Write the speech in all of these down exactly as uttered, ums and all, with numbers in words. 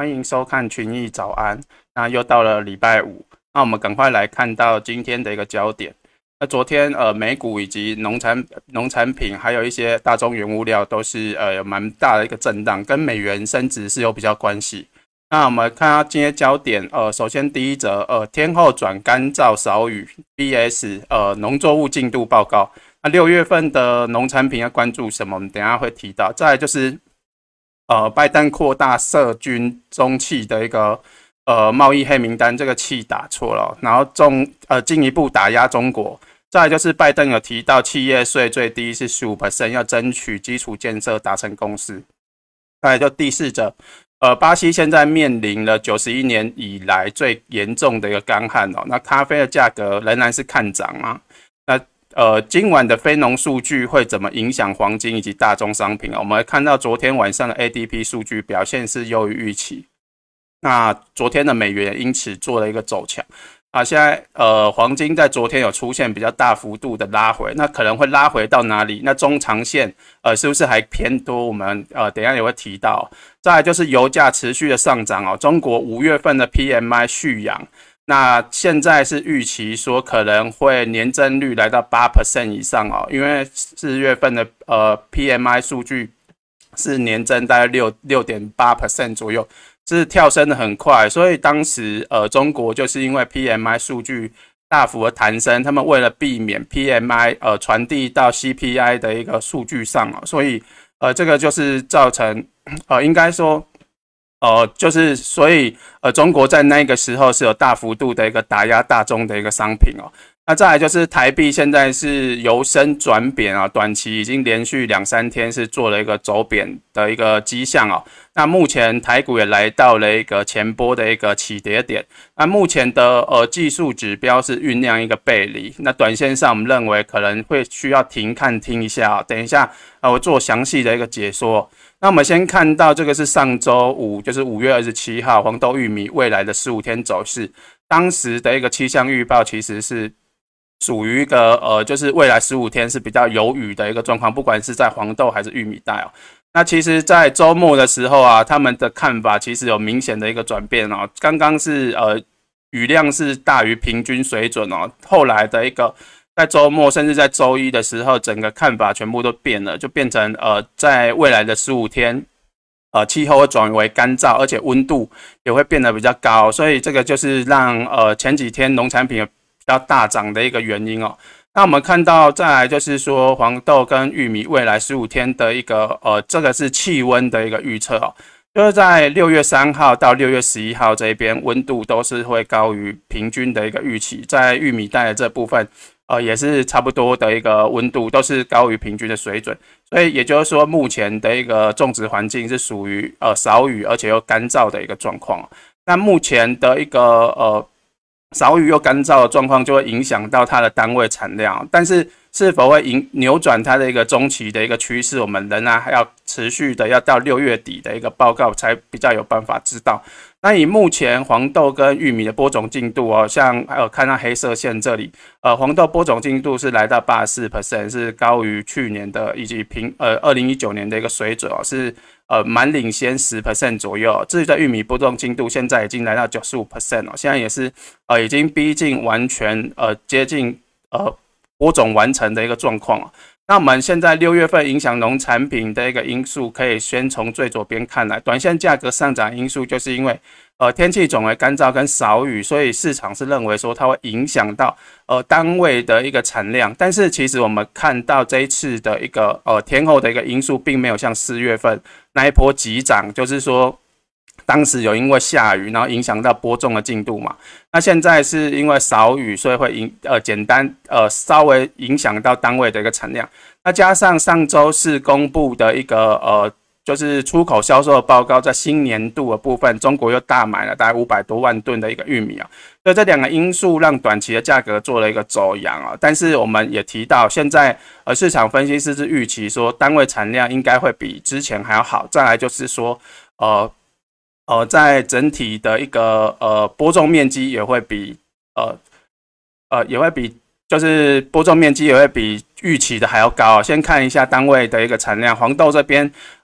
欢迎收看群益早安。那又到了礼拜五，那我们赶快来看到今天的一个焦点。那昨天呃美股以及农产农产品，还有一些大宗原物料都是呃有蛮大的一个震荡，跟美元升值是有比较关系。那我们看到今天焦点，呃，首先第一则，呃，天后转干燥少雨 V S 呃农作物进度报告。那六月份的农产品要关注什么？我们等一下会提到。再来就是，呃，拜登扩大涉军中企的一个呃贸易黑名单，这个气打错了，然后中呃进一步打压中国。再来就是拜登有提到企业税最低是 百分之十五， 要争取基础建设达成共识。再来就第四则。呃，巴西现在面临了九十一年以来最严重的一个干旱哦。那咖啡的价格仍然是看涨嘛？那呃，今晚的非农数据会怎么影响黄金以及大宗商品？我们会看到昨天晚上的 A D P 数据表现是优于预期。那昨天的美元因此做了一个走强。啊，现在呃，黄金在昨天有出现比较大幅度的拉回，那可能会拉回到哪里？那中长线呃是不是还偏多？我们呃等一下也会提到。再来就是油价持续的上涨哦，中国五月份的 P M I 续扬，那现在是预期说可能会年增率来到 百分之八 以上哦，因为四月份的呃 P M I 数据是年增大概 六点八 左右。是跳升的很快，所以当时呃中国就是因为 P M I 数据大幅的弹升，他们为了避免 P M I 呃传递到 C P I 的一个数据上啊，所以呃这个就是造成呃应该说呃就是所以呃中国在那个时候是有大幅度的一个打压大宗的一个商品哦。那再来就是台币现在是由升转贬啊，短期已经连续两三天是做了一个走贬的一个迹象哦。那目前台股也来到了一个前波的一个起跌点。那目前的呃技术指标是酝酿一个背离。那短线上我们认为可能会需要停看听一下哦，等一下呃我做详细的一个解说。那我们先看到这个是上周五，就是五月二十七号黄豆、玉米未来的十五天走势。当时的一个气象预报其实是属于一个呃，就是未来十五天是比较有雨的一个状况，不管是在黄豆还是玉米带哦。那其实，在周末的时候啊，他们的看法其实有明显的一个转变哦。刚刚是呃雨量是大于平均水准哦，后来的一个在周末甚至在周一的时候，整个看法全部都变了，就变成呃在未来的十五天。呃，气候会转为干燥，而且温度也会变得比较高，所以这个就是让呃前几天农产品比较大涨的一个原因哦。那我们看到再来就是说黄豆跟玉米未来十五天的一个呃这个是气温的一个预测哦，就是在六月三号到六月十一号这边温度都是会高于平均的一个预期，在玉米带的这部分呃也是差不多的一个温度都是高于平均的水准，所以也就是说目前的一个种植环境是属于呃少雨而且又干燥的一个状况。那目前的一个呃少雨又干燥的状况就会影响到它的单位产量，但是是否会影扭转它的一个中期的一个趋势，我们仍然还要持续的要到六月底的一个报告才比较有办法知道。那以目前黄豆跟玉米的播种进度哦，像还有看到黑色线这里，呃，黄豆播种进度是来到 百分之八十四， 是高于去年的以及平呃二零一九年的一个水准哦，是呃蛮领先 百分之十 左右哦。至于在玉米播种进度，现在已经来到 百分之九十五 哦，现在也是呃已经逼近完全呃接近呃播种完成的一个状况哦。那我们现在六月份影响农产品的一个因素，可以先从最左边看来，短线价格上涨因素就是因为呃天气转为干燥跟少雨，所以市场是认为说它会影响到呃单位的一个产量。但是其实我们看到这一次的一个呃天候的一个因素，并没有像四月份那一波急涨，就是说当时有因为下雨，然后影响到播种的进度嘛。那现在是因为少雨，所以会影呃简单呃稍微影响到单位的一个产量。那加上上周四公布的一个呃就是出口销售的报告，在新年度的部分，中国又大买了大概五百多万吨的一个玉米啊。所以这两个因素让短期的价格做了一个走扬啊。但是我们也提到，现在呃市场分析师是预期说单位产量应该会比之前还要好。再来就是说呃。呃，在整体的一个呃播种面积也会比呃呃也会比就是播种面积也会比预期的还要高。先看一下单位的一个产量，黄豆这边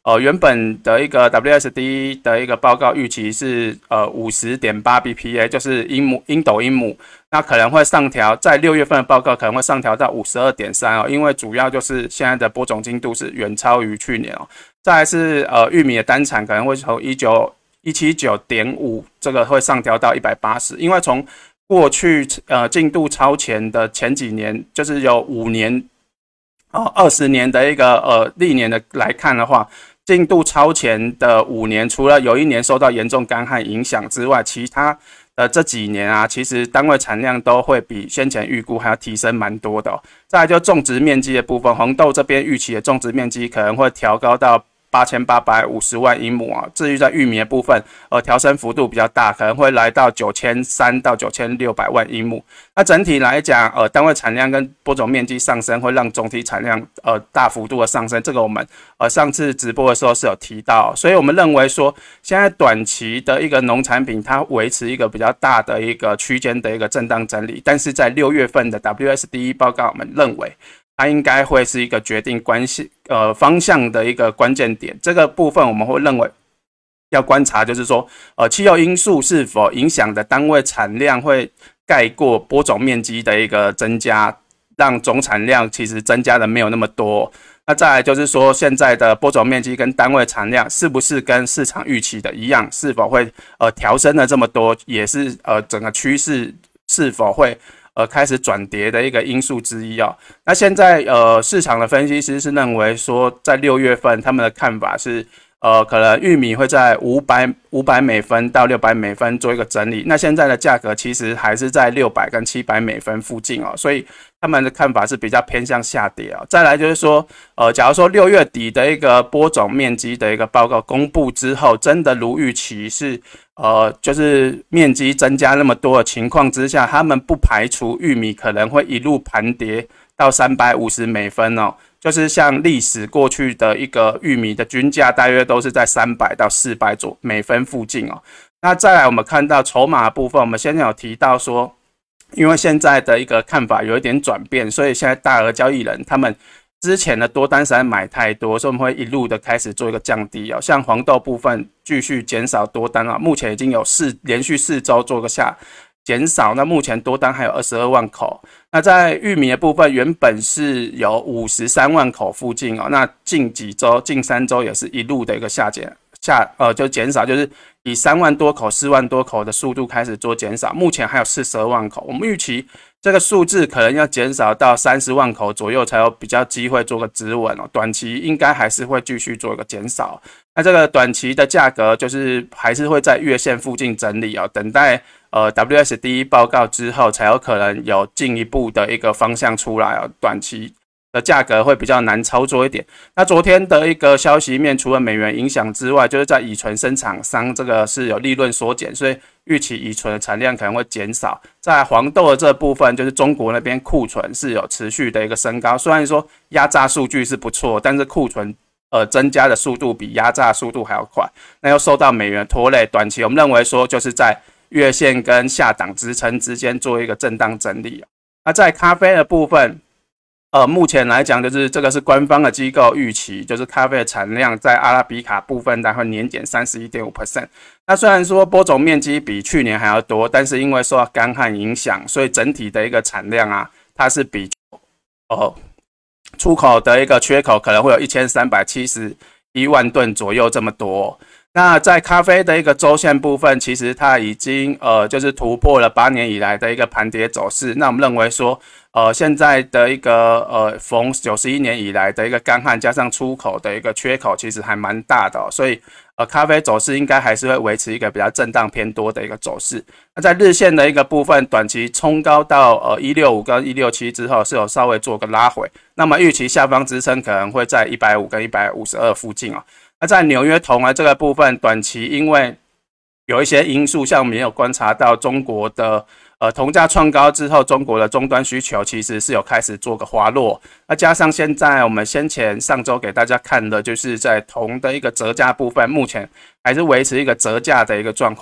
呃原本的一个 W S D 的一个报告预期是呃 五十点八 B P A， 就是英亩英斗英亩，那可能会上调，在六月份的报告可能会上调到 五十二点三 哦，因为主要就是现在的播种精度是远超于去年哦。再来是呃玉米的单产可能会从一九一七九点五这个会上调到一百八十，因为从过去呃进度超前的前几年，就是有五年哦二十年的一个呃历年的来看的话，进度超前的五年，除了有一年受到严重干旱影响之外，其他的这几年啊，其实单位产量都会比先前预估还要提升蛮多的哦。再来就种植面积的部分，红豆这边预期的种植面积可能会调高到八千八百五十万英亩啊。至于在玉米的部分，呃，调升幅度比较大，可能会来到九千三百到九千六百万英亩。那整体来讲，呃，单位产量跟播种面积上升，会让总体产量呃大幅度的上升。这个我们呃上次直播的时候是有提到，所以我们认为说，现在短期的一个农产品，它维持一个比较大的一个区间的一个震荡整理，但是在六月份的 W S D 报告，我们认为它应该会是一个决定关系呃方向的一个关键点。这个部分我们会认为要观察，就是说，呃，气候因素是否影响的单位产量会盖过播种面积的一个增加，让总产量其实增加的没有那么多。那再来就是说，现在的播种面积跟单位产量是不是跟市场预期的一样，是否会呃调升了这么多，也是呃整个趋势是否会呃开始转跌的一个因素之一哦。那现在呃市场的分析师是认为说，在六月份他们的看法是。呃，可能玉米会在五百五百美分到六百美分做一个整理，那现在的价格其实还是在六百跟七百美分附近哦，所以他们的看法是比较偏向下跌哦。再来就是说，呃，假如说六月底的一个播种面积的一个报告公布之后，真的如预期是呃，就是面积增加那么多的情况之下，他们不排除玉米可能会一路盘跌到三百五十美分哦。就是像历史过去的一个玉米的均价，大约都是在三百到四百左美分附近哦。那再来，我们看到筹码的部分，我们先前有提到说，因为现在的一个看法有一点转变，所以现在大额交易人他们之前的多单实在买太多，所以我们会一路的开始做一个降低哦。像黄豆部分继续减少多单啊，目前已经有四连续四周做个下。减少，那目前多单还有二十二万口。那在玉米的部分，原本是有五十三万口附近哦，那近几周、近三周也是一路的一个下减下呃就减少，就是以三万多口、四万多口的速度开始做减少。目前还有四十二万口，我们预期这个数字可能要减少到三十万口左右，才有比较机会做个止稳哦。短期应该还是会继续做一个减少。那这个短期的价格就是还是会在月线附近整理哦，等待。呃 ，W S D 报告之后才有可能有进一步的一个方向出来哦。短期的价格会比较难操作一点。那昨天的一个消息面，除了美元影响之外，就是在乙醇生产商这个是有利润缩减，所以预期乙醇的产量可能会减少。在黄豆的这部分，就是中国那边库存是有持续的一个升高，虽然说压榨数据是不错，但是库存呃增加的速度比压榨速度还要快，那又受到美元拖累。短期我们认为说就是在月线跟下档支撑之间做一个震荡整理。那在咖啡的部分，呃，目前来讲就是这个是官方的机构预期，就是咖啡的产量在阿拉比卡部分大概年减 百分之三十一点五。那虽然说播种面积比去年还要多，但是因为受到干旱影响，所以整体的一个产量啊，它是比呃出口的一个缺口可能会有一千三百七十一万吨左右这么多。那在咖啡的一个周线部分，其实它已经呃就是突破了八年以来的一个盘跌走势。那我们认为说，呃现在的一个呃逢九十一年以来的一个干旱加上出口的一个缺口，其实还蛮大的哦，所以呃咖啡走势应该还是会维持一个比较震荡偏多的一个走势。那在日线的一个部分，短期冲高到呃一六五跟一六七之后是有稍微做个拉回，那么预期下方支撑可能会在一百五跟一百五十二附近哦。那在纽约铜的这个部分，短期因为有一些因素，像我们也有观察到中国的呃铜价创高之后，中国的终端需求其实是有开始做个滑落。那加上现在我们先前上周给大家看的，就是在铜的一个折价部分，目前还是维持一个折价的一个状况。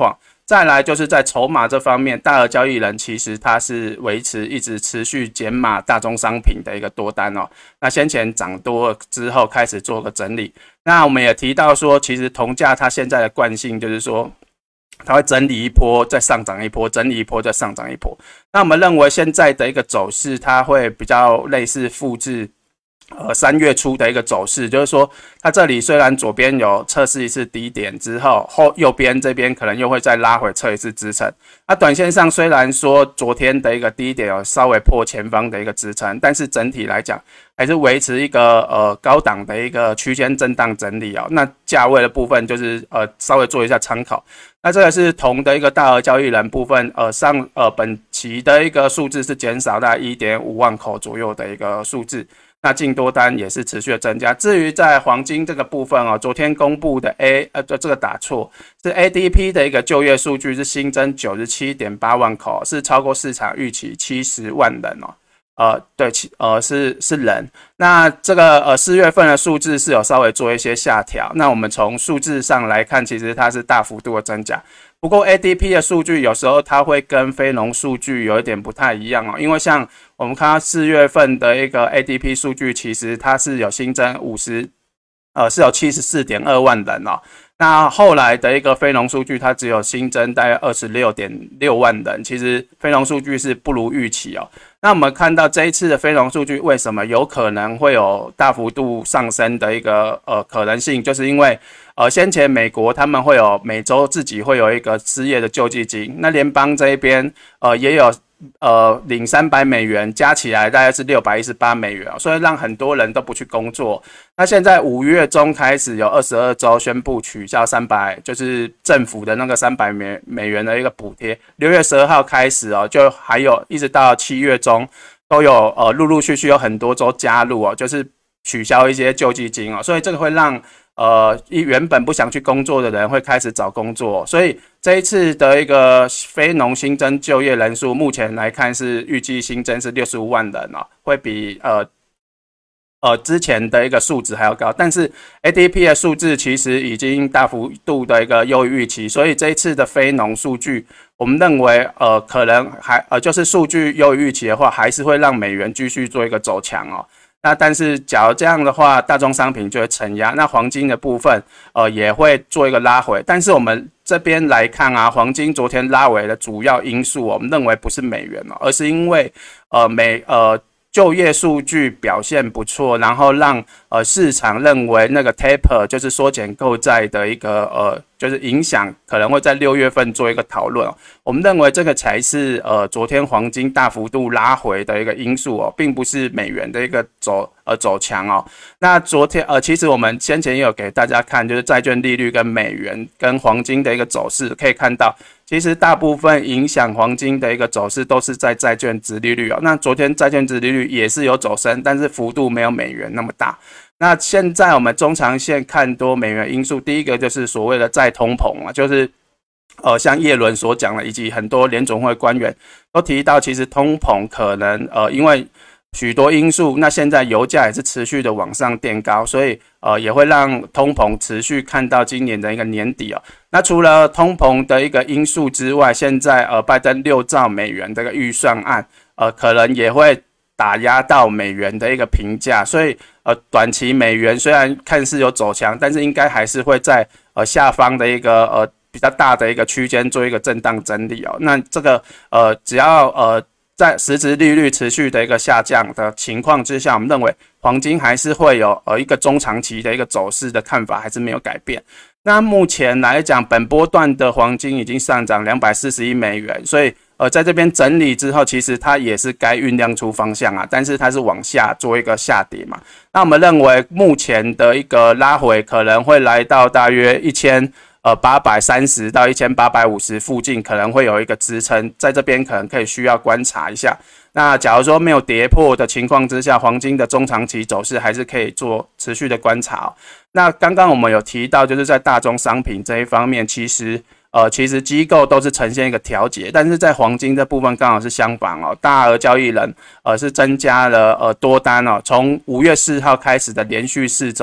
再来就是在筹码这方面，大额交易人其实它是维持一直持续减码大宗商品的一个多单哦。那先前涨多之后开始做个整理。那我们也提到说，其实铜价它现在的惯性就是说，它会整理一波，再上涨一波，整理一波，再上涨一波。那我们认为现在的一个走势，它会比较类似复制呃三月初的一个走势，就是说它这里虽然左边有测试一次低点之后，后右边这边可能又会再拉回测一次支撑。那短线上虽然说昨天的一个低点有稍微破前方的一个支撑，但是整体来讲还是维持一个呃高档的一个区间震荡整理哦。那价位的部分就是呃稍微做一下参考。那这个是铜的一个大额交易人部分，呃上呃本期的一个数字是减少大概 一点五万口左右的一个数字。那净多单也是持续的增加。至于在黄金这个部分哦，昨天公布的 A 呃这个打错是 A D P 的一个就业数据是新增 九十七点八万口，是超过市场预期七十万人哦。呃，对，呃是是人。那这个呃四月份的数字是有稍微做一些下调。那我们从数字上来看，其实它是大幅度的增加。不过 A D P 的数据有时候它会跟非农数据有一点不太一样哦，因为像我们看到四月份的一个 A D P 数据，其实它是有新增五十，呃是有 七十四点二万人哦。那后来的一个非农数据，它只有新增大概 二十六点六万人，其实非农数据是不如预期哦。那我们看到这一次的非农数据为什么有可能会有大幅度上升的一个呃可能性，就是因为呃先前美国他们会有每周自己会有一个失业的救济金，那联邦这一边呃也有呃领三百美元，加起来大概是六百一十八美元，所以让很多人都不去工作。那现在五月中开始有二十二州宣布取消三百，就是政府的那个三百美美元的一个补贴。六月十二号开始哦，就还有一直到七月中都有呃陆陆续续有很多州加入哦，就是取消一些救济金哦，所以这个会让呃原本不想去工作的人会开始找工作哦，所以这一次的一个非农新增就业人数，目前来看是预计新增是六十五万人哦，会比呃。呃，之前的一个数值还要高，但是 A D P 的数字其实已经大幅度的一个优于预期，所以这一次的非农数据，我们认为呃可能还呃就是数据优于预期的话，还是会让美元继续做一个走强哦。那但是假如这样的话，大宗商品就会承压，那黄金的部分呃也会做一个拉回，但是我们这边来看啊，黄金昨天拉回的主要因素，我们认为不是美元哦，而是因为呃美呃。就业数据表现不错，然后让呃市场认为那个 taper 就是缩减购债的一个呃就是影响可能会在六月份做一个讨论哦。我们认为这个才是呃昨天黄金大幅度拉回的一个因素哦，并不是美元的一个走呃走强哦。那昨天呃其实我们先前也有给大家看，就是债券利率跟美元跟黄金的一个走势，可以看到。其实大部分影响黄金的一个走势都是在债券殖利率哦。那昨天债券殖利率也是有走升，但是幅度没有美元那么大。那现在我们中长线看多美元因素，第一个就是所谓的再通膨啊，就是呃像叶伦所讲的，以及很多联总会官员都提到，其实通膨可能呃因为许多因素，那现在油价也是持续的往上垫高，所以呃也会让通膨持续看到今年的一个年底哦。那除了通膨的一个因素之外，现在呃拜登六兆美元的一个预算案，呃可能也会打压到美元的一个评价，所以呃短期美元虽然看似有走强，但是应该还是会在呃下方的一个呃比较大的一个区间做一个震荡整理哦。那这个呃只要呃在实质利率持续的一个下降的情况之下，我们认为黄金还是会有呃一个中长期的一个走势的看法还是没有改变。那目前来讲，本波段的黄金已经上涨两百四十一美元，所以呃在这边整理之后，其实它也是该酝酿出方向啊，但是它是往下做一个下跌嘛。那我们认为目前的一个拉回可能会来到大约一千。呃，八百三十到一千八百五十附近可能会有一个支撑，在这边可能可以需要观察一下。那假如说没有跌破的情况之下，黄金的中长期走势还是可以做持续的观察哦。那刚刚我们有提到，就是在大宗商品这一方面，其实呃，其实机构都是呈现一个调节，但是在黄金这部分刚好是相反哦，大额交易人呃是增加了呃多单哦，从五月四号开始的连续四周。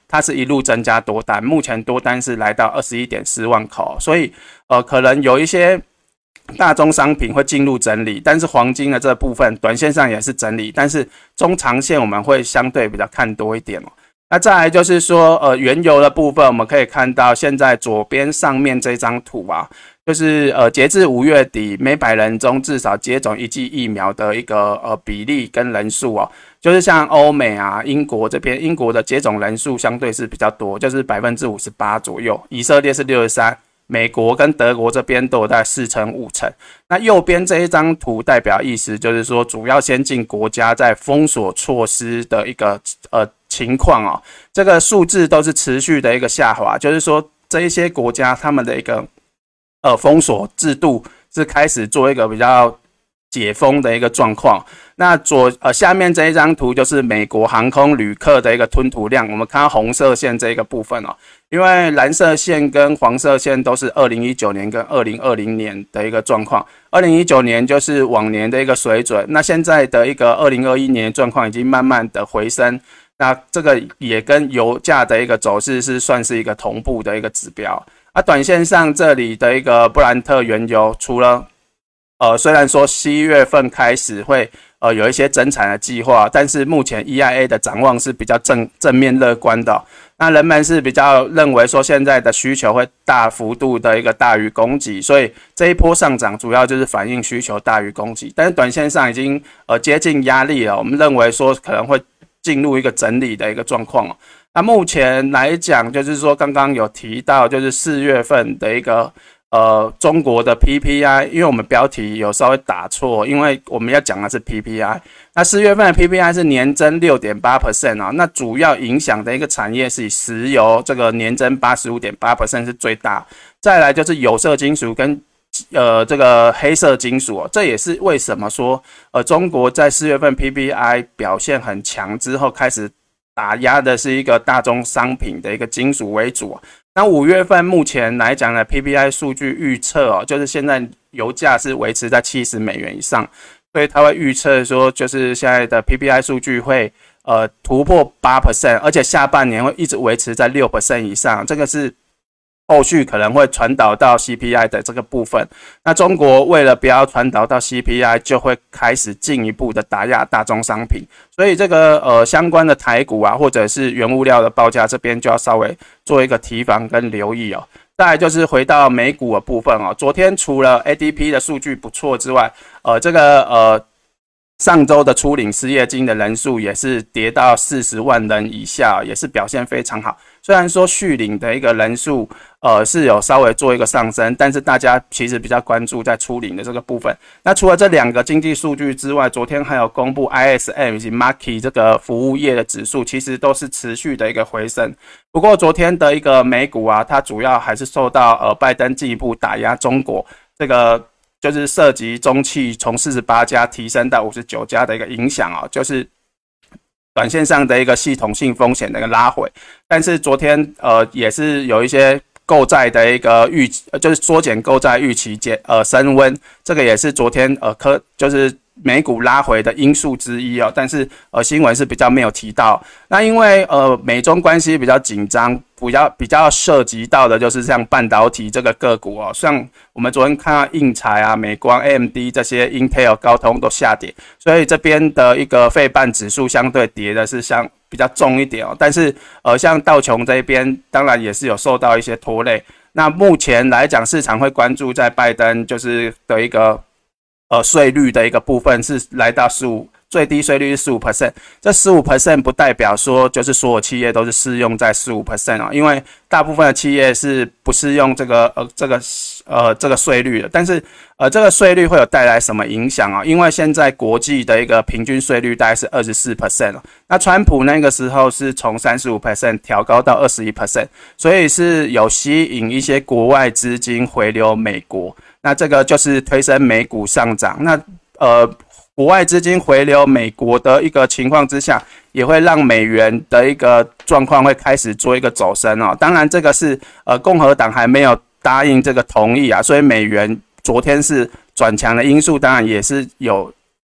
它是一路增加多单，目前多单是来到 二十一点四万口，所以呃可能有一些大宗商品会进入整理，但是黄金的这部分短线上也是整理，但是中长线我们会相对比较看多一点哦。那再来就是说，呃，原油的部分，我们可以看到现在左边上面这张图啊，就是呃，截至五月底，每百人中至少接种一剂疫苗的一个呃比例跟人数哦，就是像欧美啊、英国这边，英国的接种人数相对是比较多，就是百分之五十八左右，以色列是六十三。美国跟德国这边都有在四成五成。那右边这一张图代表意思就是说，主要先进国家在封锁措施的一个呃情况哦，这个数字都是持续的一个下滑，就是说这一些国家他们的一个呃封锁制度是开始做一个比较解封的一个状况。那左呃下面这一张图就是美国航空旅客的一个吞吐量，我们看到红色线这一个部分哦。因为蓝色线跟黄色线都是二零一九年跟二零二零年的一个状况，二零一九年就是往年的一个水准，那现在的一个二零二一年的状况已经慢慢的回升，那这个也跟油价的一个走势是算是一个同步的一个指标。啊，短线上这里的一个布兰特原油，除了呃虽然说七月份开始会呃有一些增产的计划，但是目前 E I A 的展望是比较正正面乐观的哦。那人们是比较认为说现在的需求会大幅度的一个大于供给，所以这一波上涨主要就是反映需求大于供给，但是短线上已经呃接近压力了，我们认为说可能会进入一个整理的一个状况哦。那目前来讲，就是说刚刚有提到，就是四月份的一个呃中国的 P P I， 因为我们标题有稍微打错，因为我们要讲的是 P P I。那四月份的 P P I 是年增 百分之六点八 啊，那主要影响的一个产业是以石油，这个年增 百分之八十五点八 是最大，再来就是有色金属跟呃这个黑色金属哦，这也是为什么说呃中国在四月份 P P I 表现很强之后，开始打压的是一个大宗商品的一个金属为主哦。那五月份目前来讲呢 ，P P I 数据预测哦，就是现在油价是维持在七十美元以上。所以他会预测说，就是现在的 P P I 数据会呃突破 百分之八， 而且下半年会一直维持在 百分之六 以上，这个是后续可能会传导到 C P I 的这个部分。那中国为了不要传导到 C P I， 就会开始进一步的打压大宗商品，所以这个呃相关的台股啊，或者是原物料的报价这边就要稍微做一个提防跟留意哦。再来就是回到美股的部分哦，昨天除了 A D P 的数据不错之外，呃，这个呃上周的初领失业金的人数也是跌到四十万人以下，也是表现非常好。虽然说续领的一个人数呃是有稍微做一个上升，但是大家其实比较关注在初领的这个部分。那除了这两个经济数据之外，昨天还有公布 I S M 以及 M A C I 这个服务业的指数，其实都是持续的一个回升。不过昨天的一个美股啊，它主要还是受到呃拜登进一步打压中国，这个就是涉及中企从四十八家提升到五十九家的一个影响啊，就是短线上的一个系统性风险的一个拉回。但是昨天呃也是有一些购债的一个预，就是缩减购债预期减呃升温，这个也是昨天呃科就是美股拉回的因素之一哦。但是呃新闻是比较没有提到。那因为呃美中关系比较紧张，比较比较涉及到的就是像半导体这个个股哦，像我们昨天看到应材啊、美光、A M D 这些 Intel、高通都下跌，所以这边的一个费半指数相对跌的是相比较重一点哦。但是呃像道琼这边当然也是有受到一些拖累。那目前来讲，市场会关注在拜登就是的一个呃税率的一个部分是来到十五。最低税率是 百分之十五， 这 百分之十五 不代表说就是所有企业都是适用在 百分之十五 哦，因为大部分的企业是不适用这个呃这个呃这个税率的。但是呃这个税率会有带来什么影响啊？因为现在国际的一个平均税率大概是 百分之二十四 哦，那川普那个时候是从 百分之三十五 调高到 百分之二十一， 所以是有吸引一些国外资金回流美国，那这个就是推升美股上涨。那呃国外资金回流美国的一个情况之下，也会让美元的一个状况会开始做一个走升哦。当然，这个是呃共和党还没有答应这个同意啊，所以美元昨天是转强的因素，当然也是有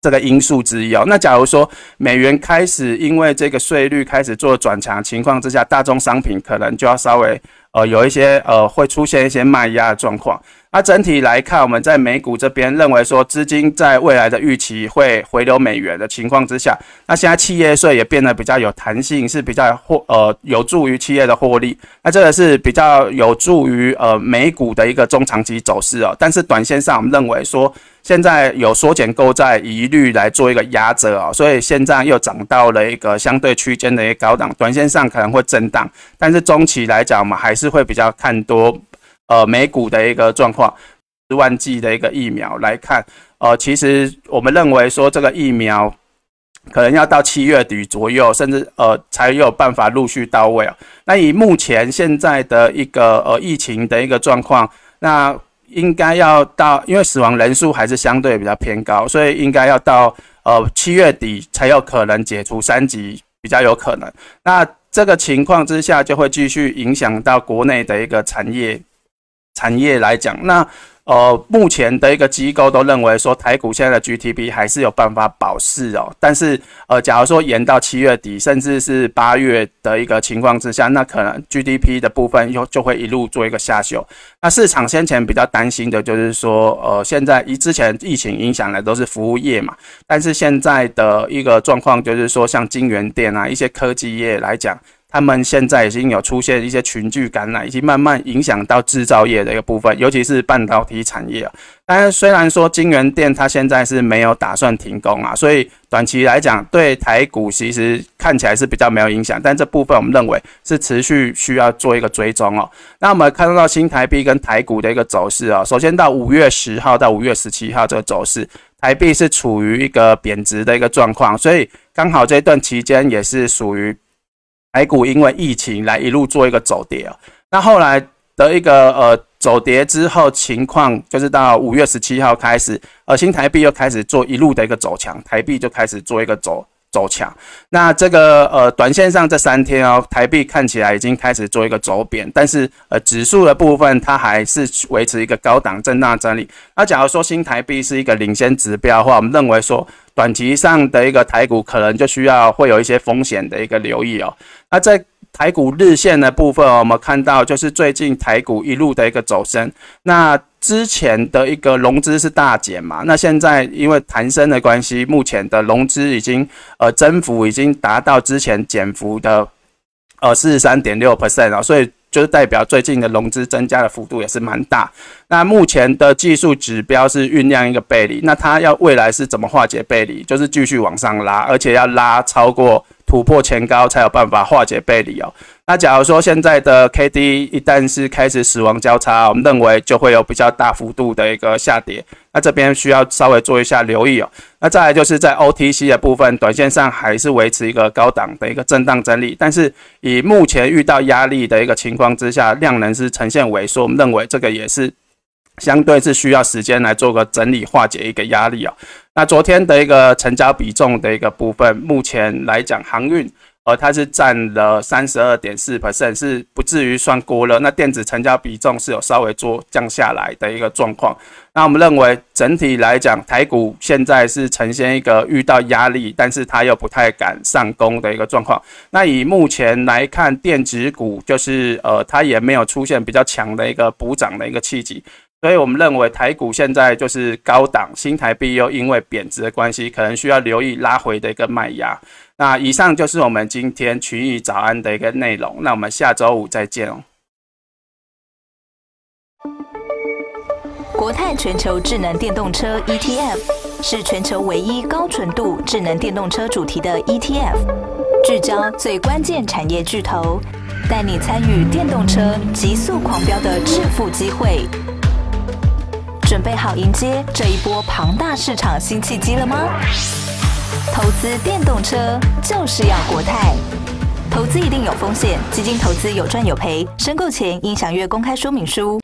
这个因素之一哦。那假如说美元开始因为这个税率开始做转强情况之下，大宗商品可能就要稍微呃有一些呃会出现一些卖压的状况。那整体来看，我们在美股这边认为说，资金在未来的预期会回流美元的情况之下，那现在企业税也变得比较有弹性，是比较获呃有助于企业的获利。那这个是比较有助于呃美股的一个中长期走势哦。但是短线上，我们认为说，现在有缩减购债疑虑来做一个压制哦，所以现在又涨到了一个相对区间的一个高档，短线上可能会震荡，但是中期来讲，我们还是会比较看多。呃，美股的一个状况，十万剂的一个疫苗来看，呃，其实我们认为说这个疫苗可能要到七月底左右，甚至呃才有办法陆续到位哦。那以目前现在的一个呃疫情的一个状况，那应该要到，因为死亡人数还是相对比较偏高，所以应该要到呃七月底才有可能解除三级，比较有可能。那这个情况之下，就会继续影响到国内的一个产业。产业来讲，那呃，目前的一个机构都认为说，台股现在的 G D P 还是有办法保释哦。但是呃，假如说延到七月底，甚至是八月的一个情况之下，那可能 G D P 的部分又就会一路做一个下修。那市场先前比较担心的就是说，呃，现在以之前疫情影响的都是服务业嘛，但是现在的一个状况就是说，像晶圆店啊，一些科技业来讲。他们现在已经有出现一些群聚感染，已经慢慢影响到制造业的一个部分，尤其是半导体产业。但是虽然说晶圆店它现在是没有打算停工啊，所以短期来讲对台股其实看起来是比较没有影响，但这部分我们认为是持续需要做一个追踪哦。那我们看到新台币跟台股的一个走势啊，首先到五月十号到五月十七号这个走势，台币是处于一个贬值的一个状况，所以刚好这段期间也是属于。台股因为疫情来一路做一个走跌哦，那后来的一个呃走跌之后情况就是到五月十七号开始，呃新台币又开始做一路的一个走强，台币就开始做一个走走强。那这个呃短线上这三天哦，台币看起来已经开始做一个走贬，但是呃指数的部分它还是维持一个高档震荡整理。那假如说新台币是一个领先指标的话，我们认为说。短期上的一个台股可能就需要会有一些风险的一个留意哦。那在台股日线的部分，我们看到就是最近台股一路的一个走升。那之前的一个融资是大减嘛，那现在因为弹升的关系，目前的融资已经呃增幅已经达到之前减幅的呃 四十三点六 percent 啊，所以。就是代表最近的融资增加的幅度也是蛮大。那目前的技术指标是酝酿一个背离，那它要未来是怎么化解背离？就是继续往上拉，而且要拉超过突破前高才有办法化解背离哦。那假如说现在的 K D 一旦是开始死亡交叉，我们认为就会有比较大幅度的一个下跌。那这边需要稍微做一下留意哦。那再来就是在 O T C 的部分，短线上还是维持一个高档的一个震荡整理，但是以目前遇到压力的一个情况之下，量能是呈现萎缩，我们认为这个也是相对是需要时间来做个整理化解一个压力哦。那昨天的一个成交比重的一个部分，目前来讲航运。呃，它是占了 百分之三十二点四， 是不至于算过热。那电子成交比重是有稍微做降下来的一个状况。那我们认为整体来讲，台股现在是呈现一个遇到压力，但是它又不太敢上攻的一个状况。那以目前来看，电子股就是呃，它也没有出现比较强的一个补涨的一个契机。所以我们认为台股现在就是高档，新台币又因为贬值的关系，可能需要留意拉回的一个卖压。那以上就是我们今天群益早安的一个内容，那我们下周五再见哦。 国泰全球智能电动车 E T F 是全球唯一高纯度智能电动车主题的 E T F， 聚焦最关键产业巨头，带你参与电动车急速狂飙的致富机会。准备好迎接这一波庞大市场新契机了吗？投资电动车就是要国泰。投资一定有风险，基金投资有赚有赔，申购前应详阅公开说明书。